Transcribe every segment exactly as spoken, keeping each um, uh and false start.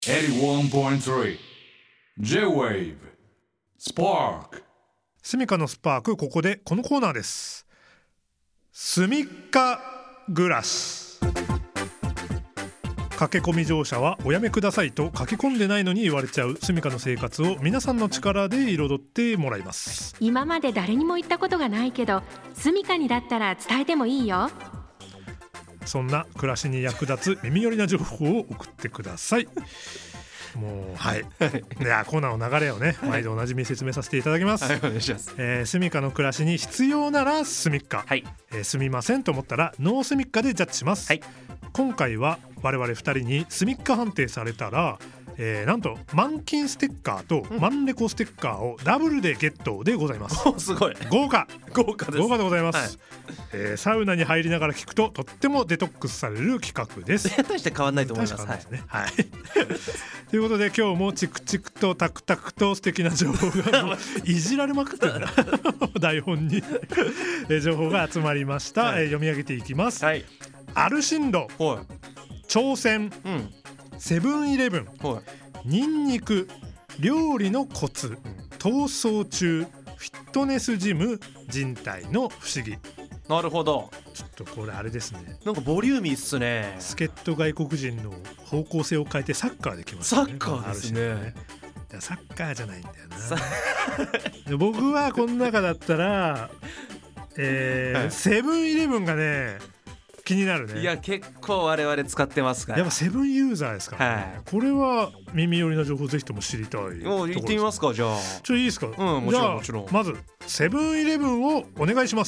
エイティワンポイントスリー J-Wave Spark スミカのスパーク。ここでこのコーナーです。スミカ暮らし。駆け込み乗車はおやめくださいと駆け込んでないのに言われちゃうスミカの生活を皆さんの力で彩ってもらいます。 今まで誰にも言ったことがないけど、スミカにだったら伝えてもいいよ。 そんな暮らしに役立つ耳寄りな情報を送ってください。もうはい、いやコーナーの流れをね、毎度おなじみ説明させていただきます。 はい、お願いします。 えー、スミカの暮らしに必要ならスミカ、 はい、 えー、すみませんと思ったらノースミカでジャッジします。 はい、 今回は我々ふたりにスミカ判定されたら、えー、なんと満金ステッカーとマンレコステッカーをダブルでゲットでございます。 おすごい豪華豪華です。 豪華でございます。 はい、 えー、サウナに入りながら聞くととってもデトックスされる企画です。 大して変わんないと思います。 確かにね、はい、はい、ということで今日もチクチクとタクタクと素敵な情報がもういじられまくってるんだ台本に情報が集まりました。はい、えー、読み上げていきます。 はい、 アルシンド、 はい、 挑戦、 うん、 セブンイレブン、 はい、 ニンニク、料理のコツ、逃走中、フィットネスジム、人体の不思議。 なるほど。 ちょっとこれあれですね、 なんかボリューミーっすね。 助っ人外国人の方向性を変えてサッカーできますね。 サッカーですね。 いやサッカーじゃないんだよなで僕はこの中だったら、えーはい、セブンイレブンがね気になるね。 いや結構我々使ってますから。 やっぱセブンユーザーですからね。はい、これは耳寄りな情報ぜひとも知りたい。 もう言ってみますか。じゃあちょっといいですか。 うん、もちろんもちろん。 まずセブンイレブンをお願いします。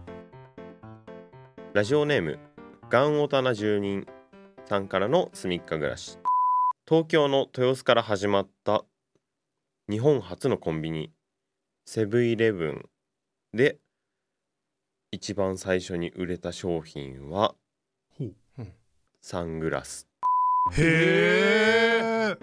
ラジオネームガンオタな住人さんからのスミッカ暮らし。東京の豊洲から始まった日本初のコンビニセブンイレブンで一番最初に売れた商品はサングラス。 へーへ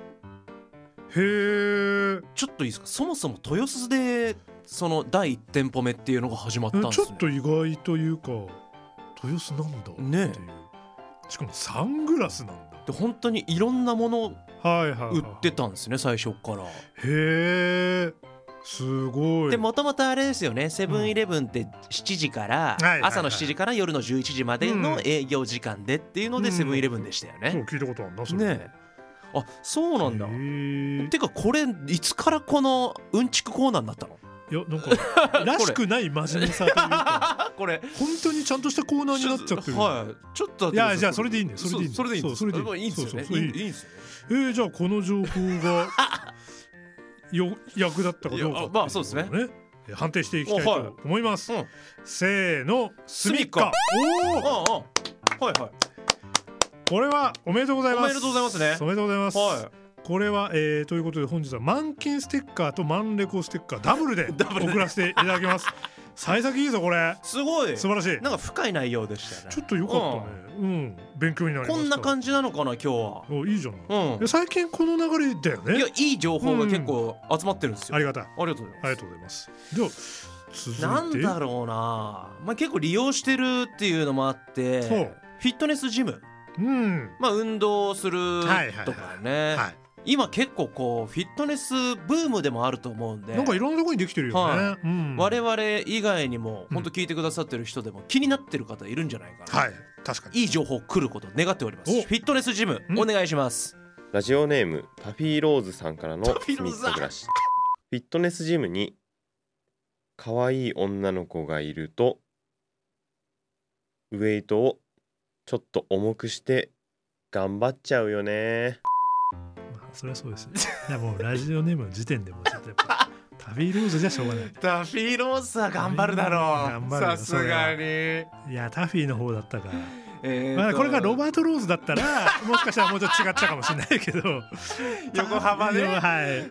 ー。 ちょっといいですか。そもそも豊洲でその第一店舗目っていうのが始まったんですね。 ちょっと意外というか豊洲なんだっていう、ね、しかもサングラスなんだ。 で本当にいろんなものを売ってたんですね、最初から。 へー、すごい。 でもともとあれですよね、セブンイレブンってしちじから、うん、朝のしちじから夜のじゅういちじまでの営業時間でっていうのでセブンイレブンでしたよね。 そう聞いたことあるなそれね。あ、そうなんだ。てかこれいつからこのうんちくコーナーになったの？ いやなんからしくない真面目さというかこれ本当にちゃんとしたコーナーになっちゃってる。 はい、ちょっといやじゃあそれでいいんだよ。それでいいんだよ。 それでいいんです。 それでいいんですよね。いいんですよね。 えー、じゃあこの情報がよ役立ったかどうか、 まあそうですね。 判定していきたいと思います。はい、うん、せーの、スミッカ。 おお、はいはい。 これはおめでとうございます。 おめでとうございますね。 おめでとうございます。 はい。 これは、えー、ということで本日は満金ステッカーとマンレコステッカーダブルで送らせていただきます。幸先いいぞこれ。すごい素晴らしい。 なんか深い内容でしたね。 ちょっと良かったね。うん、うん、勉強になりました。 こんな感じなのかな今日は。 お、いいじゃない、うん、最近この流れだよね。 いやいい情報が結構集まってるんですよ、 うん、ありがたい。 ありがとうございます。 ありがとうございます。では続いてなんだろうな、まあ、結構利用してるっていうのもあってフィットネスジム、 うん、 まあ運動するとかね、はいはいはい、今結構こうフィットネスブームでもあると思うんで、 なんかいろんなところにできてるよね、はい、うん、 我々以外にも本当聞いてくださってる人でも気になってる方いるんじゃないかな、 はい、確かにいい情報来ることを願っております。フィットネスジム、うん、お願いします。 ラジオネームタフィーローズさんからのスミッカ暮らし。フィットネスジムに可愛い女の子がいるとウエイトをちょっと重くして頑張っちゃうよね。 それはそうですね。いやもうラジオネームの時点でもちょっとやっぱタフィーローズじゃしょうがない。 タフィーローズは頑張るだろう。さすがに。 いやタフィーの方だったから。えーまあ、これがロバート・ローズだったらもしかしたらもうちょっと違ったかもしれないけど横浜ね、 はい、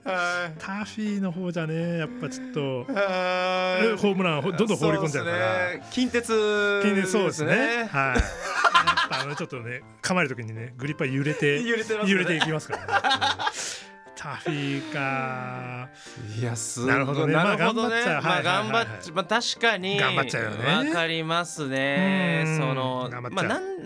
タフィーの方じゃねやっぱちょっとホームランをどんどん放り込んじゃうから、 ね、近鉄近鉄そうですね、はい、やっぱあのちょっとね構える時にねグリッパー揺れて揺れてますね、 揺れていきますからねタフィーか。 いやすごい。 なるほどね。 なるほどね。 まあ頑張っちゃう。まあ確かに頑張っちゃうよね。 わかりますね。そのままあなん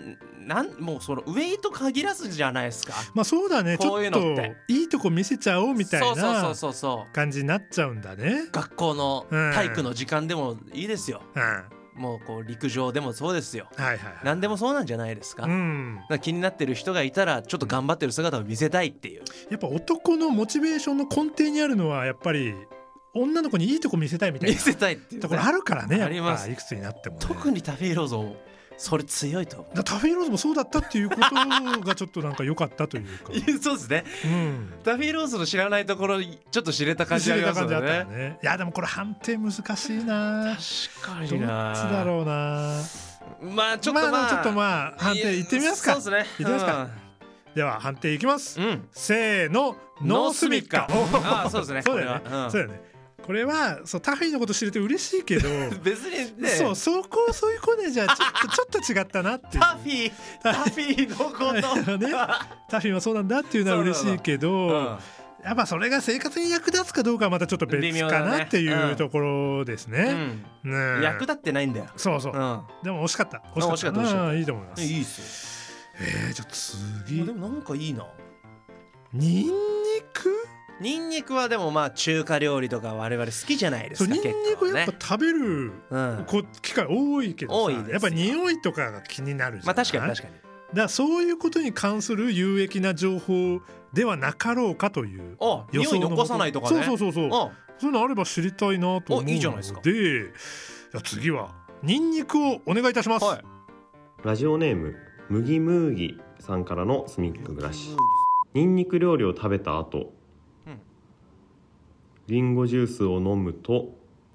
なんもうそのウェイト限らずじゃないですか。 まあそうだね、 こういうのってちょっといいとこ見せちゃおうみたいそうそうなそうそうそう感じになっちゃうんだね。 学校の体育の時間でもいいですよ、 うん、はもうこう陸上でもそうですよ、 いはいはい、 何でもそうなんじゃないですか、 うん、 だから気になってる人がいたらちょっと頑張ってる姿を見せたいっていう。 やっぱ男のモチベーションの根底にあるのはやっぱり女の子にいいとこ見せたいみたいな見せたいっていう、ね、 ところあるからね。やっぱあります。 いくつになってもね。 特にタフィーローズもそれ強いと思う。 だタフィーローズもそうだったっていうことがちょっとなんか良かったというかそうですね、 うん、 タフィーローズの知らないところちょっと知れた感じありますよ ね, 知れた感じあったよね。いやでもこれ判定難しいな。 確かにな。 どっちだろうな。 まあちょっとまあ、 まあ、ちょっとまあ判定いってみますか。 そうですね、 いってみますか、うん、では判定いきます、うん、せーのノースミッカ。 ああそうですねそうだよね、うん、そうだよね。これはそうタフィーのこと知れて嬉しいけど別にね、 そうそこそういう子でじゃあちょっとちょっと違ったなっていう。 タフィータフィーのことね、タフィーはそうなんだっていうのは嬉しいけど、うん、やっぱそれが生活に役立つかどうかはまたちょっと別かなっていうところですね。 うんうん、役立ってないんだよ。 そうそう、うん、でも惜しかった惜しかった惜しかった惜しかった。いいと思います。 いいっすよ。 えー、じゃあ次。 でもなんかいいな。 ニンニクニンニクはでもまあ中華料理とか我々好きじゃないですか。 ニンニクやっぱ食べる、うん、こ機会多いけどさ、多いですね、やっぱ匂いとかが気になるじゃん。まあ確かに確かに。 だからそういうことに関する有益な情報ではなかろうかという予想の。匂い残さないとかね。 そうそうそうそう。そういうのあれば知りたいなと思うので。いいじゃないですか。で、じゃあ次はニンニクをお願いいたします。はい、 ラジオネーム麦ムーギさんからのスミック暮らし。ニンニク料理を食べた後、リンゴジュースを飲むと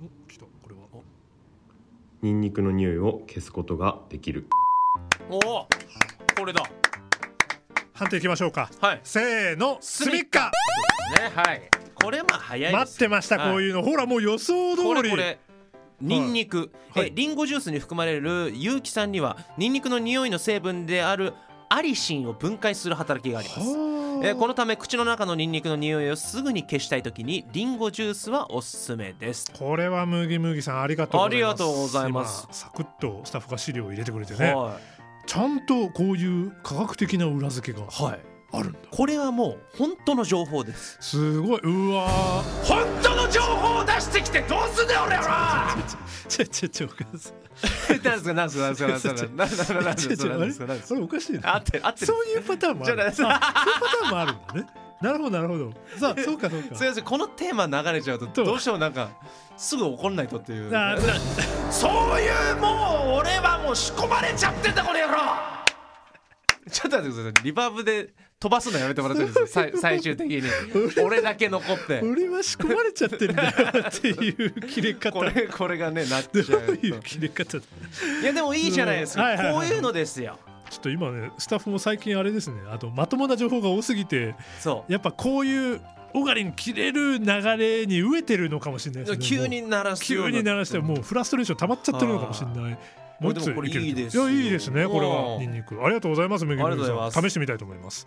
ニンニクの匂いを消すことができる。 おお、これだ。 判定いきましょうか。 はい、 せーのスミッカ。 ね、はい。これまあ早いです。 待ってました、はい、こういうの。ほらもう予想通り。これこれニンニク、 はい、 えリンゴジュースに含まれる有機酸にはニンニクの匂いの成分であるアリシンを分解する働きがあります。えこのため口の中のニンニクの匂いをすぐに消したいときにリンゴジュースはおすすめです。 これはムギムギさんありがとうございます。 ありがとうございます。 サクッとスタッフが資料を入れてくれてね、はい、ちゃんとこういう科学的な裏付けがあるんだ、はい、 これはもう本当の情報です。 すごい。うわ本当の情報を出してきてどうすんだよ俺は。 ちょちょちょお母さん何ですか何ですか何ですか何ですか何ですか何ですか何ですか。 それおかしいな。 あってあってそういうパターンもある。そういうパターンもあるんだね。なるほどなるほど。さあそうかそうか。 すいません、このテーマ流れちゃうとどうしてもなんかすぐ怒んないとっていう。そういうもう俺はもう仕込まれちゃってんだこの野郎。ちょっと待ってください。リバーブで飛ばすのやめてもらってるんですよ。最終的に俺だけ残って俺は仕込まれちゃってるんだよっていう切れ方。 これこれがねなっちゃう。どういう切れ方だ。 いやでもいいじゃないですか、はいはいはいはい、こういうのですよ。 ちょっと今ねスタッフも最近あれですね、あとまともな情報が多すぎて、そうやっぱこういうオガリン切れる流れに飢えてるのかもしれないですね。 急に鳴らす急に鳴らしてもうフラストレーション溜まっちゃってるのかもしれない。もう一つこれいいですよ。いやいいですね。これはニンニクありがとうございます。めぐみさん試してみたいと思います。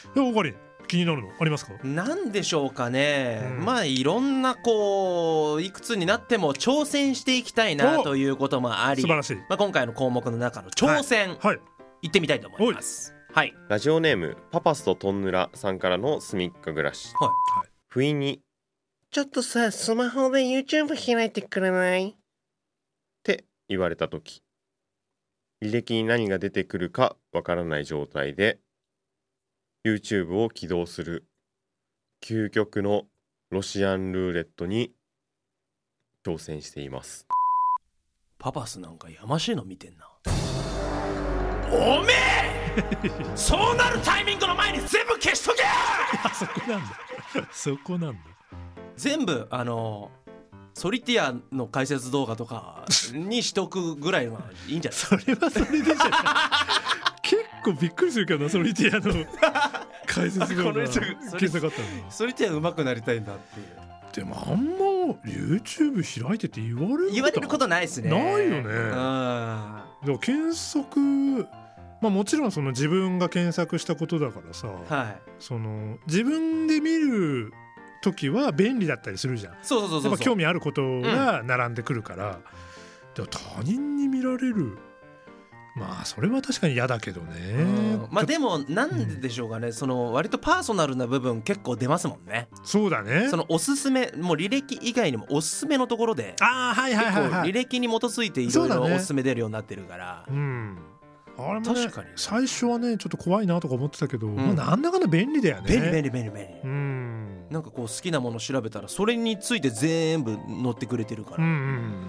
でオガリン気になるのありますか？ なんでしょうかね、うん、まあいろんなこういくつになっても挑戦していきたいなということもあり、 素晴らしい、 まあ、今回の項目の中の挑戦、はいはい、行ってみたいと思います。はい、 ラジオネームパパスとトンヌラさんからのスミッカ暮らし、はい、不意にちょっとさスマホで YouTube 開いてくれないって言われた時、履歴に何が出てくるかわからない状態で YouTube を起動する究極のロシアンルーレットに挑戦しています。 パパスなんかやましいの見てんな。おめえそうなるタイミングの前に全部消しとけ。 そこなんだそこなんだ。 全部あのソリティアの解説動画とかにしとくぐらいはいいんじゃないそれはそれでじゃない結構びっくりするけどな、ソリティアの解説動画検索あったの。 ソリティア上手くなりたいんだっていう。 でもあんま YouTube 開いてって言われる言われることないですね。 ないよね。だから検索、まあ、もちろんその自分が検索したことだからさ、はい、その自分で見る時は便利だったりするじゃん。 そうそうそうそう。 やっぱ興味あることが並んでくるから、うん、でも他人に見られるまあそれは確かに嫌だけどね、 うん、まあでもなんででしょうかね、うん、その割とパーソナルな部分結構出ますもんね。 そうだね。 そのおすすめもう履歴以外にもおすすめのところで、 あーはいはいはいはい、 結構履歴に基づいていろいろおすすめ出るようになってるから、 う、ね、うんあれもね、 確かに最初はねちょっと怖いなとか思ってたけど、うん、まあ、なんだかんだ便利だよね。 便利便利便利便利、 うん、 なんかこう好きなもの調べたらそれについて全部載ってくれてるから、 うんうん、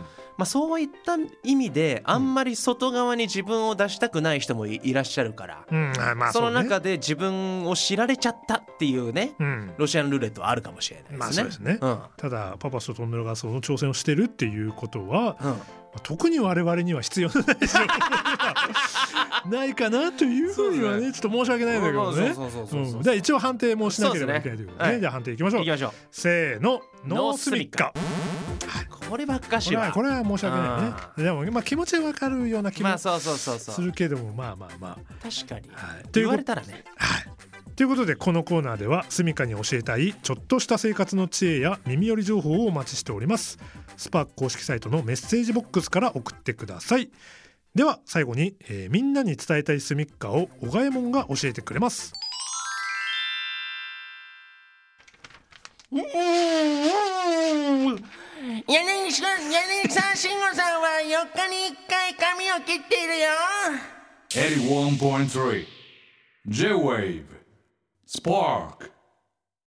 まあ、そういった意味であんまり外側に自分を出したくない人も い, いらっしゃるから、 うんまあそ, その中で自分を知られちゃったっていうね、うん、ロシアンルーレットはあるかもしれないですね。 まあそうですね、うん、ただパパスとトンネルがその挑戦をしてるっていうことは、うん、まあ、特に我々には必要ないでしょうないかなというふうにはねちょっと申し訳ないんだけどね。じゃあ一応判定もしなければいけないということで、ね、はい、じゃあ判定いきましょう。 いきましょう。 せーの、ノースミッカ。 こればっかしはこれは申し訳ないね。でも、まあ、気持ちは分かるような気もするけども、まあまあまあ確かに、 はい、 言われたらね、 はい、ということでこのコーナーではスミカに教えたいちょっとした生活の知恵や耳寄り情報をお待ちしております。スパーク公式サイトのメッセージボックスから送ってください。では最後に、えー、みんなに伝えたいスミッカを小賀右衛門が教えてくれます。 柳さん、柳さん、慎吾さんはよっかにいっかい髪を切っているよ。 エイティワンポイントスリー J-Wave Spark